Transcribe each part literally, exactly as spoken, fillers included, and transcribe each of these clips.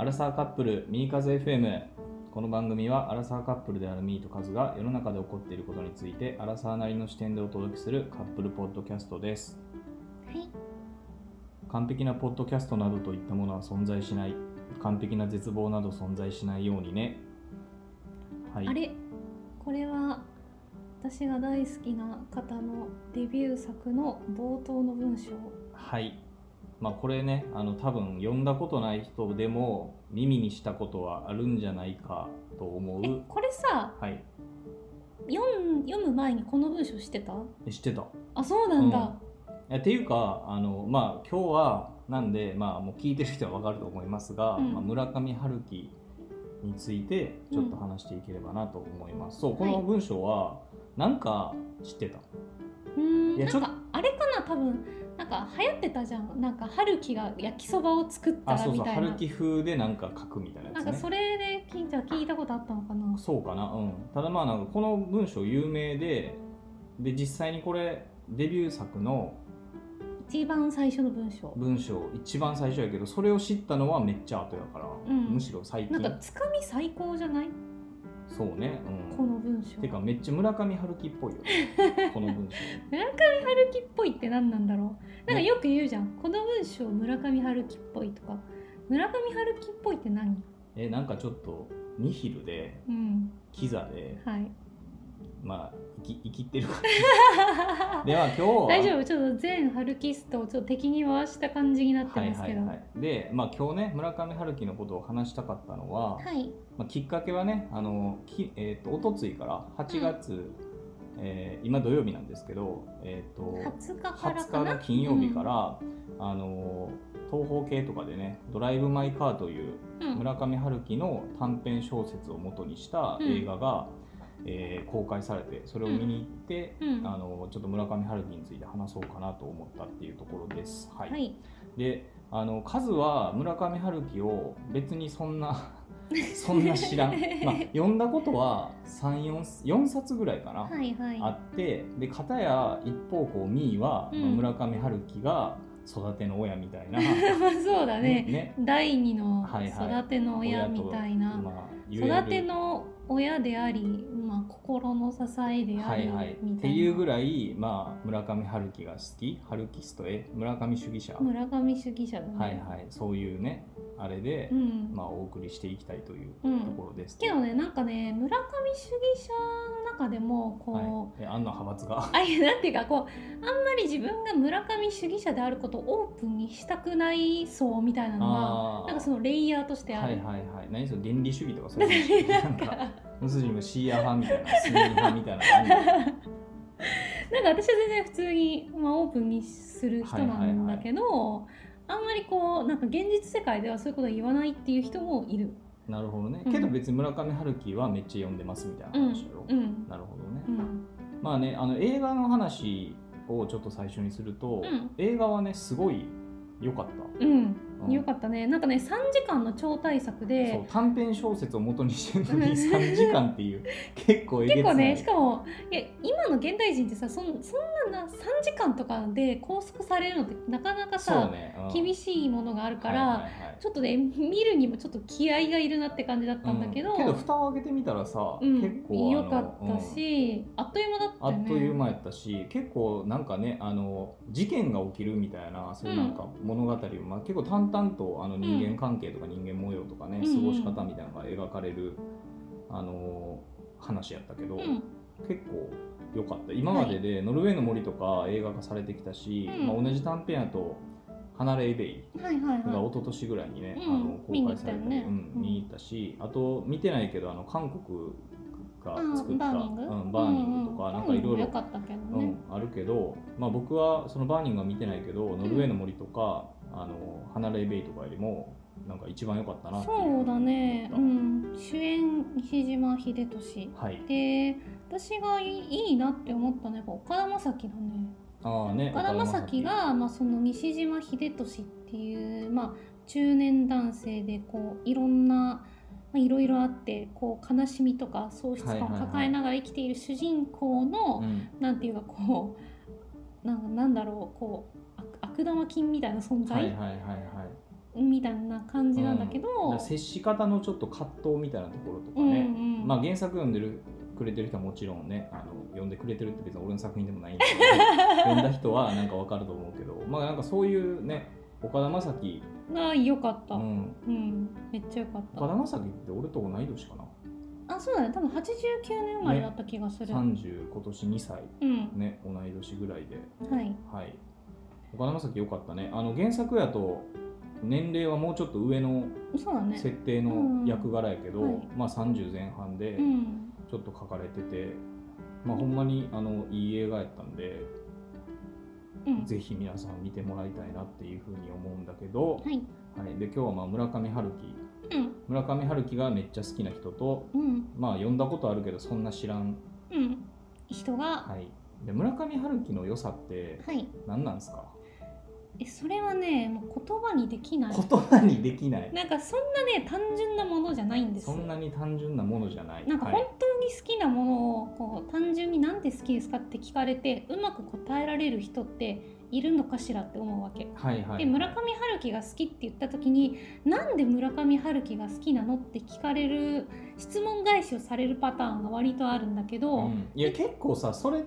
アラサーカップルミーカズ エフエム。 この番組はアラサーカップルであるミーとカズが世の中で起こっていることについてアラサーなりの視点でお届けするカップルポッドキャストです。 はい。 完璧なポッドキャストなどといったものは存在しない。完璧な絶望など存在しないようにね。はい、 あれこれは私が大好きな方のデビュー作の冒頭の文章。 はい、まあ、これね、あの多分読んだことない人でも耳にしたことはあるんじゃないかと思う。 えこれさ、 はい、 読む、読む前にこの文章知ってた？ 知ってた。 あ、そうなんだ、 うん、っていうかあの、まあ、今日はなんで、まあ、もう聞いてる人は分かると思いますが、 うんまあ、村上春樹についてちょっと話していければなと思います、うん、そうこの文章はなんか知ってた？ うーん、 いやなんかあれかな、多分なんか流行ってたじゃん。なんか春樹が焼きそばを作ったらみたいな。 あ、そうそう、春樹風でなんか書くみたいなやつね。 なんかそれで聞いた聞いたことあったのかな。 そうかな、うん。ただまあなんかこの文章有名で、で実際にこれデビュー作の一番最初の文章文章一番最初やけど、それを知ったのはめっちゃ後やから、 うん、 むしろ最近。 なんかつかみ最高じゃない？ そうね、うん、 この文章てかめっちゃ村上春樹っぽいよねこの文章。 村上春樹っぽいって何なんだろう。なんかよく言うじゃん、この文章村上春樹っぽいとか。村上春樹っぽいって何？ えなんかちょっとニヒルで、 うん、 キザで、 はい、 まあ生き、生きってる感じでは今日は大丈夫、ちょっと全春樹ストをちょっと敵に回した感じになってますけど、 はいはいはい、で、まあ、今日ね村上春樹のことを話したかったのは、 はいまあ、きっかけはねあのき、えー、とおとついからはちがつ、うんえー、今土曜日なんですけど、えー、とはつかからはつかの金曜日から、うん、あの東宝系とかでねドライブ・マイ・カーという村上春樹の短編小説を元にした映画が、うんえー、公開されて、それを見に行って、うん、あのちょっと村上春樹について話そうかなと思ったっていうところです。はい。はい、で、あのカズは村上春樹を別にそんなそんな知らん、まあ、読んだことはさん、よん、よんさつぐらいかな、 はいはい、 あって、で片や一方こうミーは、うんまあ、村上春樹が育ての親みたいなまあそうだね、 ねだいにの育ての親みたいな、はいはいまあ、育ての親であり、まあ、心の支えであり、はいはい、みたいなっていうぐらい、まあ、村上春樹が好き、春キストへ村上主義者村上主義者だね、 はいはい、そういうねあれで、うんまあ、お送りしていきたいというところです、 うん、けどねなんかね村上主義者の中でもこう、 はい、えあんな派閥があいなんていうかこうあんまり自分が村上主義者であることをオープンにしたくない層みたいなのがなんかそのレイヤーとしてある。 はいはいはい、何それ原理主義とかそういうなんかムスリムシーア派みたいなスンニ派みたいな感じなんか私は全然普通に、まあ、オープンにする人なんだけど、はいはいはい、あんまりこうなんか現実世界ではそういうことを言わないっていう人もいる。 なるほどね、うん、けど別に村上春樹はめっちゃ読んでますみたいな話だろ、うんうん、なるほどね、うん、まあねあの映画の話をちょっと最初にすると、うん、映画はねすごい良かった。 うんうん、よかったね。なんかねさんじかんの超大作で、 そう短編小説を元にしてるのにさんじかんっていう結構えげつない。 結構ね、しかもいや今の現代人ってさそん、そんなさんじかんとかで拘束されるのってなかなかさ、ねうん、厳しいものがあるから、はいはいはい、ちょっとね見るにもちょっと気合がいるなって感じだったんだけど、 うん、けど蓋を開けてみたらさ、うん、結構良かったし、うん、あっという間だったよね。 あっという間やったし、結構なんかねあの事件が起きるみたいなそういうなんか物語を、うんまあ、結構淡々とあの人間関係とか人間模様とかね、うん、過ごし方みたいなのが描かれる、あのー、話やったけど、うん、結構良かった。今まででノルウェーの森とか映画化されてきたし、はいまあ、同じ短編やと離れエベイが一昨年ぐらいにね、うん、あの公開されて見に行った、ねうん、見に行ったし、あと見てないけどあの韓国が作った、うん、バーニングとか、うん、なんかいろいろあるけど、まあ、僕はそのバーニングは見てないけど、ノルウェーの森とかあの離れベイとかよりもなんか一番良かったなっていう。 そうだね、うん、主演西島秀俊、はい、で私がい い, いいなって思ったのは岡田将生だね。 あね岡田将生が、まあ、その西島秀俊っていう、まあ、中年男性でこういろんな、まあ、いろいろあってこう悲しみとか喪失感を抱えながら生きている主人公の、はいはいはい、なんていうかこう な, なんだろうこう悪玉菌みたいな存在、はいはいはいはいみたいな感じなんだけど、 うん、だ接し方のちょっと葛藤みたいなところとかね、うんうん、まあ原作読んでるくれてる人はもちろんね、あの読んでくれてるって別に俺の作品でもないんだけど読んだ人はなんか分かると思うけど、まあなんかそういうね、岡田将生が良かった、 うんうん、めっちゃ良かった。 岡田将生って俺と同い年かな。 あ、そうだね、多分はちじゅうきゅうねん生まれだった気がする、 ね、さんじゅう今年にさい、うん、ね、同い年ぐらいで、 はい、 はい、岡田将生良かったね。あの原作やと年齢はもうちょっと上の設定の役柄やけど、ね、うんはい、まあさんじゅうぜん半でちょっと書かれてて、まあほんまにあのいい映画やったんで、うん、ぜひ皆さん見てもらいたいなっていうふうに思うんだけど、はいはい、で今日はまあ村上春樹、うん、村上春樹がめっちゃ好きな人と、うん、まあ読んだことあるけどそんな知らん、 うん、人が、 はい、で村上春樹の良さって何なんですか？はい、 えそれはね、もう言葉にできない。 言葉にできない。 なんかそんなね単純なものじゃないんです。 そんなに単純なものじゃない。 なんか本当に好きなものをこう単純になんで好きですかって聞かれてうまく答えられる人っているのかしらって思うわけ。 はいはいはい、 で村上春樹が好きって言った時になんで村上春樹が好きなのって聞かれる質問返しをされるパターンが割とあるんだけど、うん、 いや結構さそれって、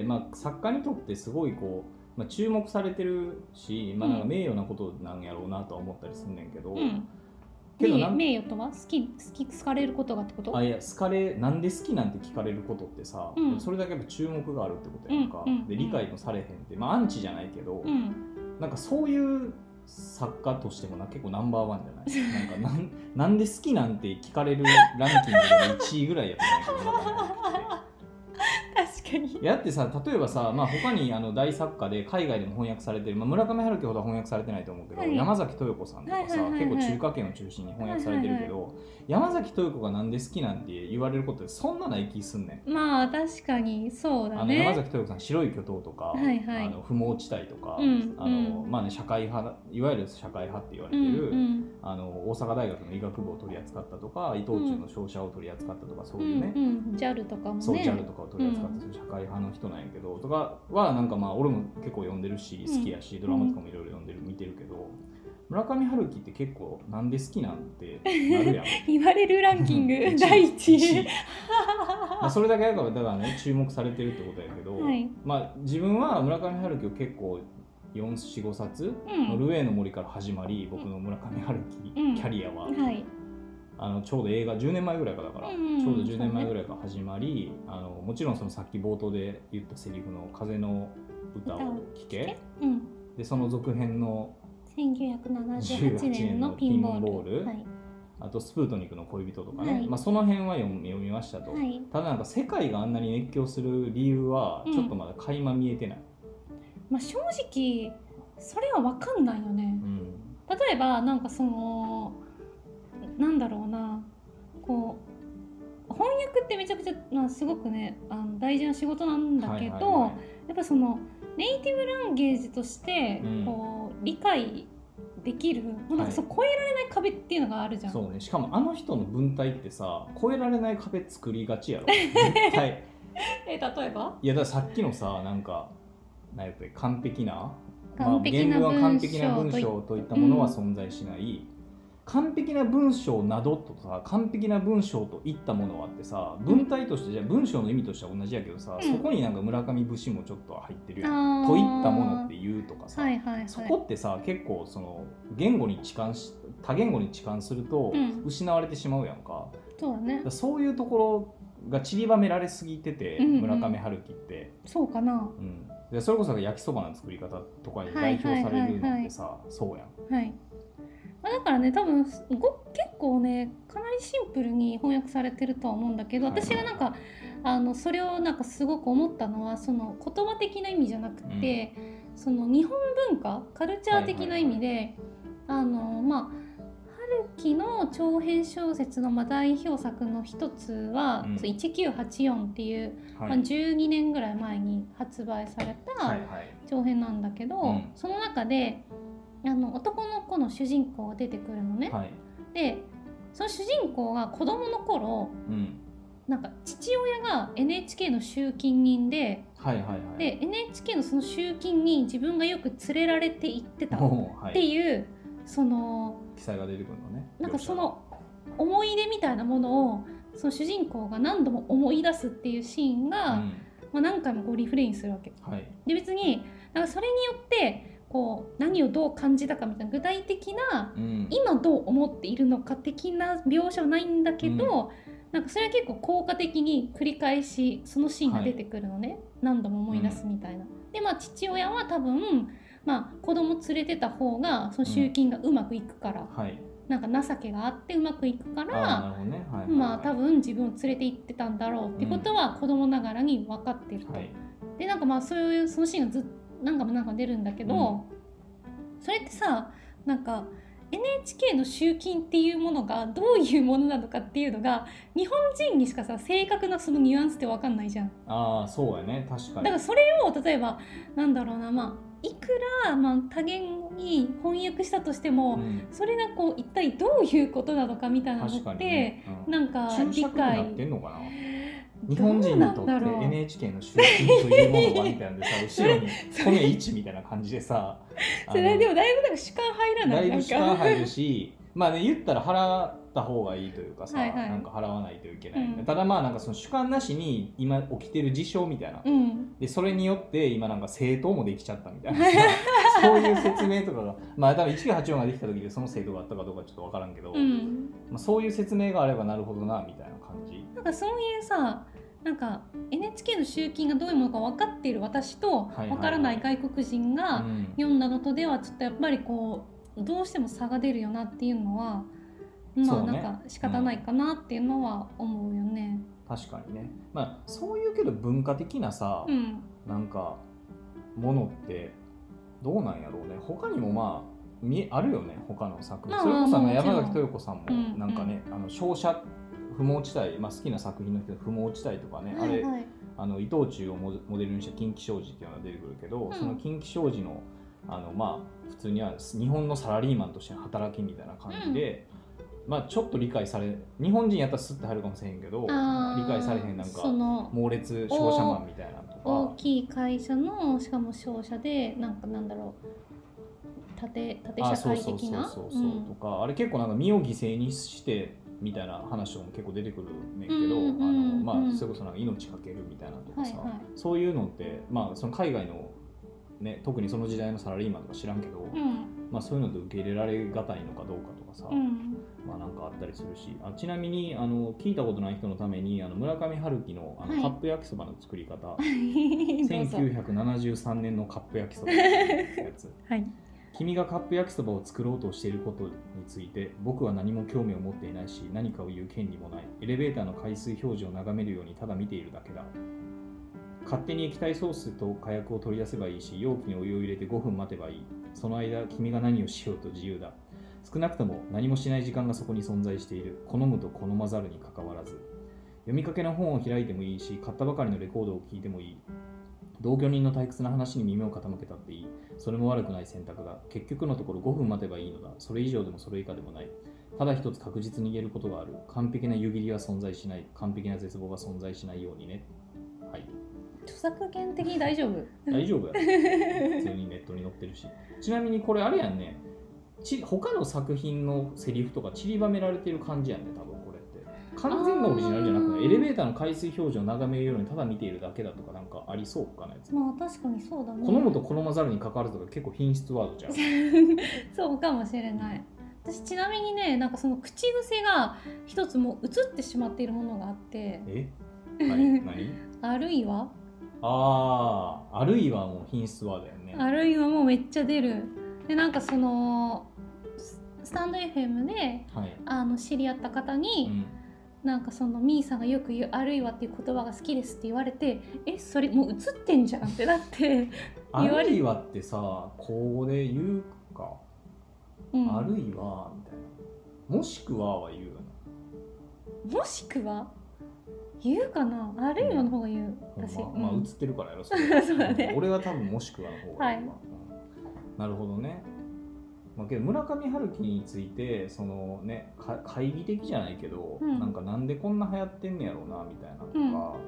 まあ、作家にとってすごいこうまあ、注目されてるし、まあ、なんか名誉なことなんやろうなとは思ったりすんねんけど、うん、 けどなん名誉とは好き好き好かれることがってこと？ あいや好かれなんで好きなんて聞かれることってさ、うん、それだけやっぱ注目があるってことやんか、うん、で理解もされへんって、まあ、アンチじゃないけど、うん、なんかそういう作家としてもな結構ナンバーワンじゃないなんかなん、なんで好きなんて聞かれるランキングでいちいぐらいやったんやけど確かに。 やってさ、例えばさ、まあ、他にあの大作家で海外でも翻訳されてる、まあ、村上春樹ほどは翻訳されてないと思うけど、はい、山崎豊子さんとかさ、はいはいはいはい、結構中華圏を中心に翻訳されてるけど、はいはいはい、山崎豊子がなんで好きなんて言われることってそんなない気すんねん。まあ確かにそうだね。 あの山崎豊子さん白い巨塔とか、はいはい、あの不毛地帯とか、うんあのまあね、社会派いわゆる社会派って言われてる、うんうん、あの大阪大学の医学部を取り扱ったとか伊藤忠の商社を取り扱ったとか、そういうね、 うんうん、ジャル とかもね、 そう ジャル とかを取り扱った、うん、社会派の人なんやけどとかはなんかまあ俺も結構読んでるし好きやし、うん、ドラマとかもいろいろ読んでる見てるけど、村上春樹って結構なんで好きなんてなるやん言われるランキング第一位まあそれだけだからだからね注目されてるってことやけど、はい、まあ自分は村上春樹を結構よん、よん、ごさつ、うん、ルエーの森から始まり僕の村上春樹、うん、キャリアは、はい、あのちょうど映画じゅうねんまえぐらいからだから、うん、ちょうどじゅうねんまえぐらいから始まり、あのもちろんそのさっき冒頭で言ったセリフの風の歌を聴け、うん、でその続編のせんきゅうひゃくななじゅうはちねんのピンボール、ボールはい、 あとスプートニクの恋人とかね、はい、まあ、その辺は読み、読みましたと、はい、ただなんか世界があんなに熱狂する理由はちょっとまだ垣間見えてない、 うん、まあ、正直それは分かんないよね、うん、例えばなんかそのなんだろうなこう翻訳ってめちゃくちゃ、まあ、すごくねあの大事な仕事なんだけど、はいはいはい、やっぱそのネイティブランゲージとしてこう、うん、理解できるなんかそう、はい、越えられない壁っていうのがあるじゃん。 そうね、しかもあの人の文体ってさ越えられない壁作りがちやろ絶対え例えばいやだからさっきのさなんかなんやっぱり完璧な完璧なまあ、言語は完璧な文章といったものは存在しない、うん、完璧な文章などとさ完璧な文章といったものはあってさ文体として、うん、じゃあ文章の意味としては同じやけどさ、うん、そこになんか村上節もちょっと入ってるやんといったものって言うとかさ、はいはいはい、そこってさ結構その言語に置換し多言語に置換すると失われてしまうやんか、 うん、そうだね、 だそういうところが散りばめられすぎてて、うんうん、村上春樹ってそうかな、 うん、でそれこそ焼きそばの作り方とかに代表されるのってさ、はいはいはいはい、そうやん、 はい、まあ、だからね多分結構ねかなりシンプルに翻訳されてるとは思うんだけど、私がなんかあのそれをなんかすごく思ったのはその言葉的な意味じゃなくて、うん、その日本文化カルチャー的な意味で、はいはいはい、あのまあ春樹の長編小説のまあ代表作の一つは、うん、せんきゅうひゃくはちじゅうよんっていう、はい、まあ、じゅうにねんぐらい前に発売された長編なんだけど、はいはい、うん、その中であの男の子の主人公が出てくるのね、はい、でその主人公が子供の頃、うん、なんか父親が エヌエイチケー の集金人で、はいはいはい、で エヌエイチケー のその集金に自分がよく連れられて行ってたっていう、はい、 その記載が出てくるのね。 なんかその思い出みたいなものをその主人公が何度も思い出すっていうシーンが、うんまあ、何回もこうリフレインするわけ、 はい、 で別になんかそれによってこう何をどう感じたかみたいな具体的な、うん、今どう思っているのか的な描写はないんだけど、うん、なんかそれは結構効果的に繰り返しそのシーンが出てくるのね、はい、何度も思い出すみたいな、うん、でまあ父親は多分、まあ、子供連れてた方がその集金がうまくいくから、うんはい、なんか情けがあってうまくいくからまあ多分自分を連れて行ってたんだろうってことは子供ながらに分かってると、はい、でなんかまあそういうそのシーンがずっと何回も何回も出るんだけど、うん、それってさなんか エヌエイチケー の集金っていうものがどういうものなのかっていうのが日本人にしかさ正確なそのニュアンスって分かんないじゃん。 ああそうやね確かに。 だからそれを例えばなんだろうなまあいくら、まあ、多言に翻訳したとしても、うん、それがこう一体どういうことなのかみたいなのって、ねうん、なんか理解なってんのかな日本人にとって エヌエイチケー の集金というものはみたいなんでさ後ろに米いちみたいな感じでさそれでもだいぶなんか主観入らないだいぶ主観入るしまあね言ったら払った方がいいというかさ、はいはい、なんか払わないといけない、うん、ただまあなんかその主観なしに今起きてる事象みたいな、うん、でそれによって今なんか政党もできちゃったみたいなさそういう説明とかがまあ多分いちきゅうはちよんができた時でその政党があったかどうかちょっと分からんけど、うんまあ、そういう説明があればなるほどなみたいな感じなんかそういうさなんか エヌエイチケー の集金がどういうものか分かっている私と分からない外国人が読んだのとではちょっとやっぱりこうどうしても差が出るよなっていうのはまあなんか仕方ないかなっていうのは思うよね。 うん、確かにね。まあそういうけど文化的なさ、うん、なんかものってどうなんやろうね。他にもまああるよね他の作品。それこそ山崎豊子さんもなんかね、うんうん、あの商社不毛地帯、まあ、好きな作品の人不毛地帯とかね、はいはい、あれあの伊藤忠をモデルにした近畿商事っていうのが出てくるけど、うん、その近畿商事のあのまあ普通には日本のサラリーマンとしての働きみたいな感じで、うん、まあちょっと理解され日本人やったらスッて入るかもしれへんけど理解されへんなんか猛烈商社マンみたいなとか大きい会社のしかも商社でなんかなんだろう縦縦社会的なそうそうそうそう、うん、とかあれ結構なんか身を犠牲にしてみたいな話も結構出てくるねんけど、うんうんうん、あのまあそれこそなんか命かけるみたいなとかさ、はいはい、そういうのってまあその海外のね特にその時代のサラリーマンとか知らんけど、うん、まあそういうのって受け入れられがたいのかどうかとかさ、うん、まあなんかあったりするし、あちなみにあの聞いたことない人のためにあの村上春樹のあの、はい、カップ焼きそばの作り方せんきゅうひゃくななじゅうさんねんのカップ焼きそばっていうやつ。はい君がカップ焼きそばを作ろうとしていることについて僕は何も興味を持っていないし何かを言う権利もない。エレベーターの回数表示を眺めるようにただ見ているだけだ。勝手に液体ソースと火薬を取り出せばいいし容器にお湯を入れてごふん待てばいい。その間君が何をしようと自由だ。少なくとも何もしない時間がそこに存在している。好むと好まざるにかかわらず読みかけの本を開いてもいいし買ったばかりのレコードを聴いてもいい。同居人の退屈な話に耳を傾けたっていい。それも悪くない選択だ。結局のところごふん待てばいいのだ。それ以上でもそれ以下でもない。ただ一つ確実に言えることがある。完璧な湯切りは存在しない。完璧な絶望が存在しないようにね。はい。 著作権的に大丈夫大丈夫や、ね、普通にネットに載ってるし。ちなみにこれあれやんね。ち他の作品のセリフとか散りばめられてる感じやんね多分。完全なオリジナルじゃなくないエレベーターの回数表示を眺めるようにただ見ているだけだとかなんかありそうかなやつ。 まあ確かにそうだね。 好むと好まざるに関わるとか結構品質ワードじゃんそうかもしれない。私ちなみにねなんかその口癖が一つもう映ってしまっているものがあって。 え何何あるいはあああるいはもう品質ワードやね。 あるいはもうめっちゃ出る。でなんかそのスタンド エフエム で、はい、あの知り合った方に、うんなんかそのミーさんがよく言うあるいはっていう言葉が好きですって言われてえそれもう映ってんじゃんってなってあるいはってさ口語で言うか、うん、あるいはみたいなもしくはは言うよね。 もしくは言うかなあるいはの方が言う、うん、私、 まあ、まあ映ってるからやろそれそうだね。 俺は多分もしくはの方が言う、はい、なるほどね。まあ、けど村上春樹についてその、ね、懐疑的じゃないけど、うん、なんかなんでこんな流行ってんねやろうなみたいなのとか、うん、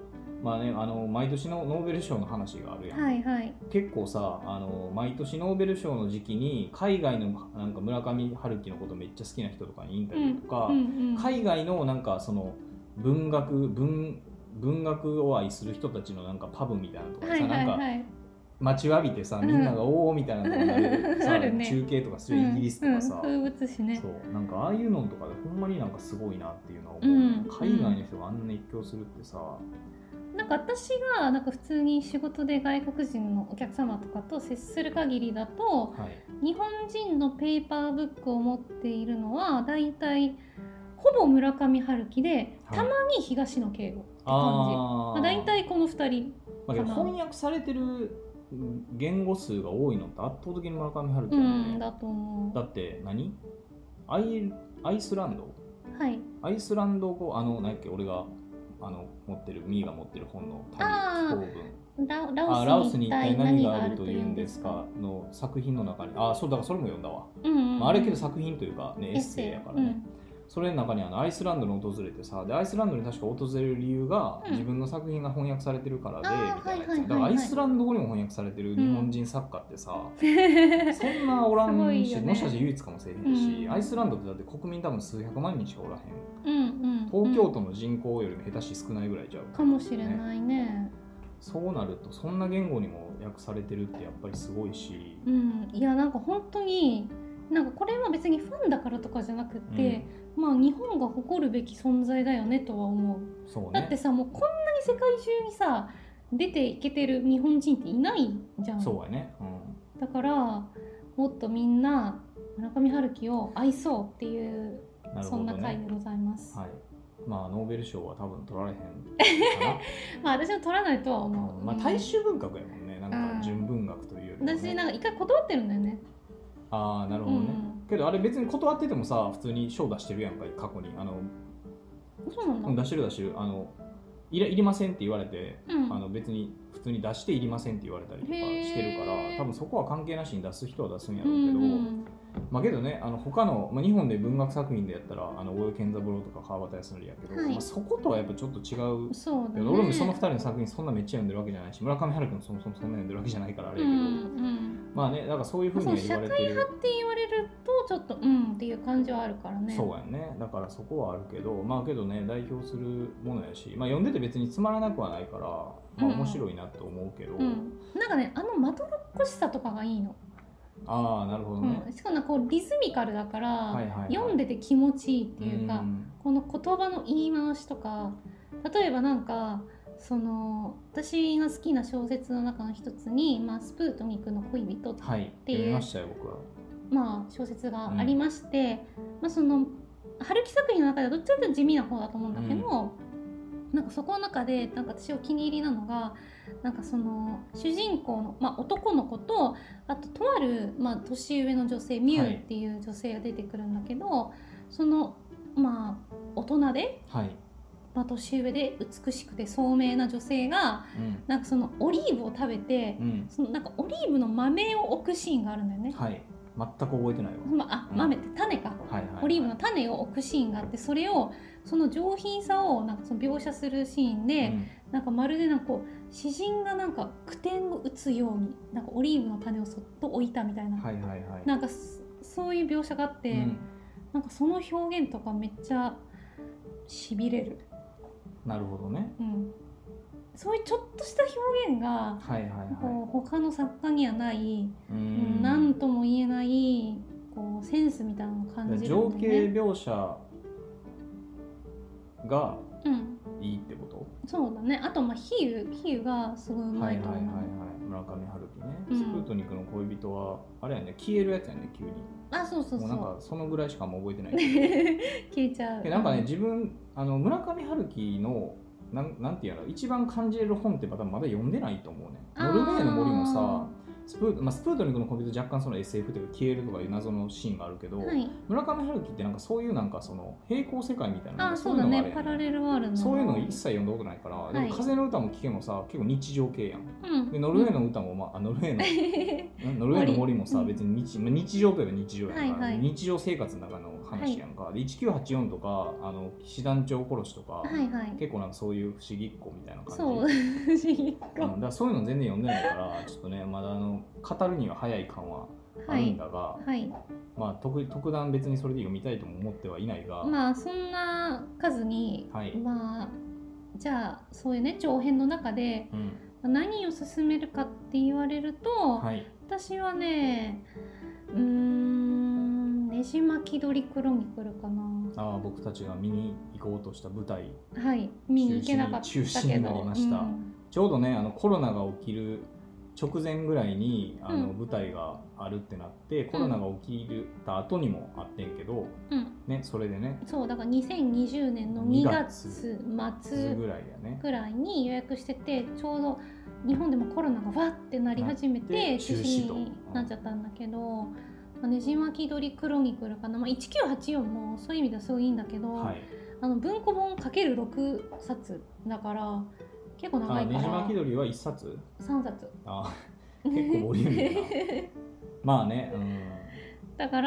まあね、あの毎年のノーベル賞の話があるやん、 はいはい、 結構さあの毎年ノーベル賞の時期に海外のなんか村上春樹のことめっちゃ好きな人とかにインタビューとか、 うんうんうん、 海外のなんかその文学 文, 文学を愛する人たちのなんかパブみたいなのとかさ、 はいはいはい、 なんか待ちわびてさみんながおおみたいなのとかなるさ、 ね、 中継とかするイギリスとかさ、 うんうん、風物詩ね。 そうなんかああいうのとかでほんまになんかすごいなっていうのは思う、 うん、 海外の人があんな熱狂するってさ、 なんか私がなんか普通に仕事で外国人のお客様とかと接する限りだと、はい、日本人のペーパーブックを持っているのはだいたいほぼ村上春樹で、たまに東野圭吾って感じ、まあ、だいたいこのふたりかな。 まあ、翻訳されてる言語数が多いのって圧倒的に村上春樹だよね、 うん、だと思う。 だって何アイ、アイスランド、 はい、 アイスランド語、あの何やっけ俺があの持ってるミーが持ってる本のタイ気候文、 ラ, ラオスに一体何があるというんですかの作品の中に、あそうだからそれも読んだわ、うんうんうん、まあ、あれけど作品というか、ね、エッセイやからね、うん、それの中にあのアイスランドに訪れてさ、でアイスランドに確か訪れる理由が、うん、自分の作品が翻訳されてるからでみたいなやつ、だからアイスランド語にも翻訳されてる日本人作家ってさ、うん、そんなおらんし、ね、もしかして唯一かもしれへんし、うん、アイスランドってだって国民多分数百万人しかおらへん、うんうん、東京都の人口よりも下手し少ないぐらいちゃうかもしれないね。 そうなるとそんな言語にも訳されてるってやっぱりすごいし、 うん、いやなんか本当になんかこれは別にファンだからとかじゃなくて、うん、まあ日本が誇るべき存在だよねとは思う。そう、ね、だってさもうこんなに世界中にさ出ていけてる日本人っていないじゃん。 そうやね、うん、 だからもっとみんな村上春樹を愛そうっていう、ね、そんな回でございます。 はい、まあノーベル賞は多分取られへんかなまあ私も取らないとは思う、 うん、まあ大衆文学やもんね、なんか純文学というよりも、ね、 私なんか一回断ってるんだよね。 ああなるほどね、うん、けどあれ別に断っててもさ普通に賞出してるやんか過去に、あのそうなんだ、 うん、出してる出してる、あのいらいりませんって言われて、うん、あの別に普通に出していりませんって言われたりとかしてるから、多分そこは関係なしに出す人は出すんやろうけど、うんうん、まあけどね、あの他の、まあ、日本で文学作品でやったらあの大江健三郎とか川端康成やけど、はい、まあ、そことはやっぱちょっと違う。 そうだね、 俺もそのふたりの作品そんなめっちゃ読んでるわけじゃないし、村上春樹もそもそもそんな読んでるわけじゃないからあれやけど、うんうん、まあね、だからそういうふうには言われてる。 社会派って言われるとちょっとうんっていう感じはあるからね。 そうやね、だからそこはあるけど、まあけどね代表するものやし、まあ読んでて別につまらなくはないから、まあ面白いなと思うけど、うんうん、 なんかねあのまどろっこしさとかがいいの。 ああなるほどね、 うん、しかもこうリズミカルだから、はいはいはい、読んでて気持ちいいっていうか、うん、この言葉の言い回しとか、例えばなんかその私が好きな小説の中の一つに、まあ、スプートニクの恋人っていう、はい、 読みましたよ僕は、 まあ、小説がありまして、うんまあ、その春樹作品の中ではどっちかというと地味な方だと思うんだけど、うん、なんかそこの中でなんか私お気に入りなのがなんかその主人公の、まあ、男の子とあととある、まあ、年上の女性ミュウっていう女性が出てくるんだけど、はい、そのまあ大人で、はいまあ、年上で美しくて聡明な女性が、うん、なんかそのオリーブを食べて、うん、そのなんかオリーブの豆を置くシーンがあるんだよね。 はい、全く覚えてないわ。 まあ、豆って種か、はいはいはい、オリーブの種を置くシーンがあって、それをその上品さをなんかその描写するシーンで、うん、なんかまるでなんかこう詩人がなんか句点を打つようになんかオリーブの種をそっと置いたみたいな、はいはいはい、なんかそういう描写があって、うん、なんかその表現とかめっちゃしびれる。 なるほどね、うん、 そういうちょっとした表現が、はいはいはい、こう他の作家にはない何、うん、とも言えないこうセンスみたいなのを感じるんで、ね、 情景描写がいいってこと、 うん、そうだね。あとまあ比喩比喩がすごいうまいと思う、はいはいはいはい、 村上春樹ね、うん、スプートニクの恋人はあれやね、消えるやつやね急に。 あ、そうそうそう。 もうなんかそのぐらいしかもう覚えてない消えちゃう。 なんかね、自分あの村上春樹のなんなんていうの一番感じれる本ってまだまだ読んでないと思うね。ノルウェーの森もさ、スプー、まあ、スプートニクの恋人若干その エスエフ というか消えるとかいう謎のシーンがあるけど、はい、村上春樹ってなんかそういうなんかその平行世界みたいな、 あ、そうだね、パラレルワールド、 そういうの一切読んだことないから、はい、でも風の歌も聴けもさ結構日常系やん、うん、でノルウェーの歌も、まあ、ノルウェーのノルウェーの森もさ別に 日, 日常といえば日常やから、はいはい、日常生活の中の話やんか、はい、でいちきゅうはちよんとかあの騎士団長殺しとか、 はいはい、 結構なんかそういう不思議っ子みたいな感じ。 そう不思議っ子、 うん、だからそういうの全然読んでないからちょっとねまだあの語るには早い感はあるんだが、 はいはい、 まあ、特, 特段別にそれで読みたいとも思ってはいないが、 まあそんな数に、はい、まあじゃあそういうね長編の中で、うん、何を勧めるかって言われると、はい、私はねうーんねじ巻き鳥クロニクルかな。 ああ僕たちが見に行こうとした舞台、 はい見に行けなかったけど中止になりました、うん、ちょうどねあのコロナが起きる直前ぐらいにあの舞台があるってなって、うん、コロナが起きた後にもあってんけど、うんね、それでねそうだからにせんにじゅうねんのにがつ末ぐらいに予約してて、ちょうど日本でもコロナがわってなり始めて中止になっちゃったんだけど、うん、ねじ巻き鳥クロニクルかな、まあ、いちきゅうはちよんもそういう意味ではすごいいいんだけど、はい、あの文庫本 かけるろく 冊だから結構長いから。 ねじ巻き鳥はいっさつさんさつあ結構ボリューミーなまあね、うん、 だから、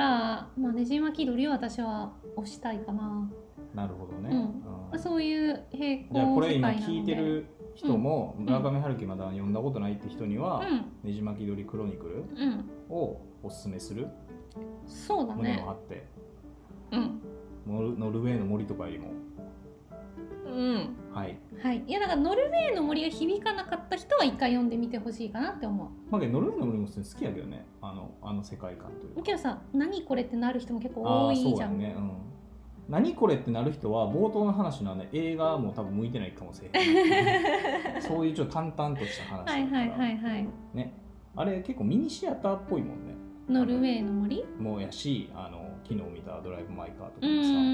まあ、ねじ巻き鳥を私は推したいかな。 なるほどね、 うんうん、そういう平行世界なので。じゃあこれ今聞いてる人も、うん、村上春樹まだ読んだことないって人には、うん、ねじ巻き鳥クロニクルをおすすめする、 うん、そうだね胸を張って、うん、ノル、ノルウェーの森とかよりもうんはいはい、いやだからノルウェーの森が響かなかった人は一回読んでみてほしいかなって思う。 まあ、ノルウェーの森も好きやけどね、あのあの世界観というか。 けどさ、何これってなる人も結構多いじゃん。 あそうやね、うん、何これってなる人は冒頭の話の、ね、映画も多分向いてないかもしれないそういうちょっと淡々とした話だからはいはいはいはいね、あれ結構ミニシアターっぽいもんね。 ノルウェーの森もうやし、あの昨日見たドライブ・マイ・カーとかもさ、うんうん、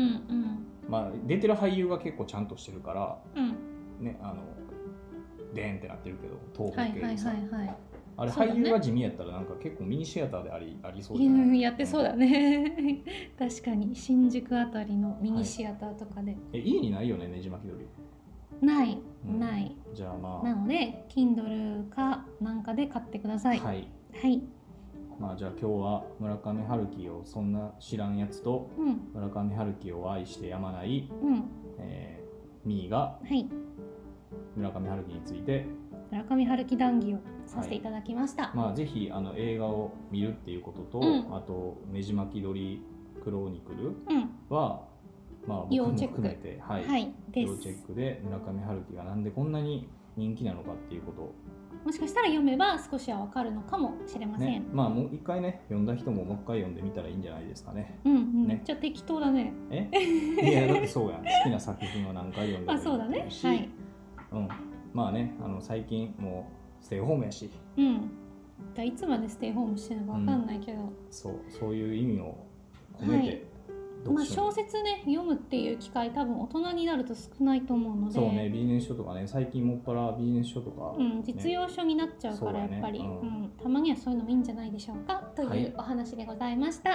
まあ、出てる俳優が結構ちゃんとしてるから、うんね、あのデーンってなってるけど東北系でさ、はいはいはいはい、あれ俳優が地味やったらなんか結構ミニシアターであり、ありそうじゃない？ やってそうだね確かに新宿あたりのミニシアターとかで、はい、 え家にないよねねじ巻き鳥。 ない、うん、ない。 じゃあまあなので Kindle かなんかで買ってください。 はいはいまあ、じゃあ今日は村上春樹をそんな知らんやつと、うん、村上春樹を愛してやまない、うんえー、ミーが村上春樹について、 はい、村上春樹談義をさせていただきました、 はいまあ、ぜひあの映画を見るっていうことと、うん、あとねじ巻き鳥クロニクルは、うんまあ、僕も含めてはいはい、 要チェックで村上春樹がなんでこんなに人気なのかっていうことをもしかしたら読めば少しは分かるのかもしれません、 ね、まあもう一回ね読んだ人ももう一回読んでみたらいいんじゃないですかね。 うんうん、ね、じゃあ適当だね。 えいやだってそうやん好きな作品を何回読んでもいいし、あそうだね、はい、うん、まあねあの最近もうステイホームやし、 うん、だいつまでステイホームしてるのか分かんないけど、うん、 そうそういう意味を込めて、はいまあ、小説ね読むっていう機会多分大人になると少ないと思うのでそうねビジネス書とかね最近もっぱらビジネス書とか、 ねうん、実用書になっちゃうからやっぱり、ねうんうん、たまにはそういうのもいいんじゃないでしょうかというお話でございました、はい、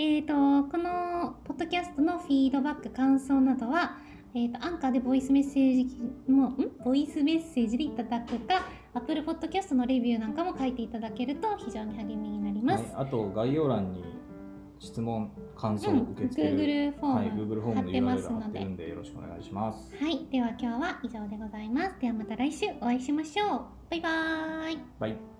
えーとこのポッドキャストのフィードバック感想などは、えーとアンカーでボイスメッセージもんボイスメッセージでいただくかApple Podcast のレビューなんかも書いていただけると非常に励みになります、 はい、あと概要欄に質問、感想を受け付ける、うん、 Google フォーム、はい、 Google フォームの ユーアールエル 貼ってるんでよろしくお願いします。 はい、では今日は以上でございます。ではまた来週お会いしましょう。バイバーイ。 バイ。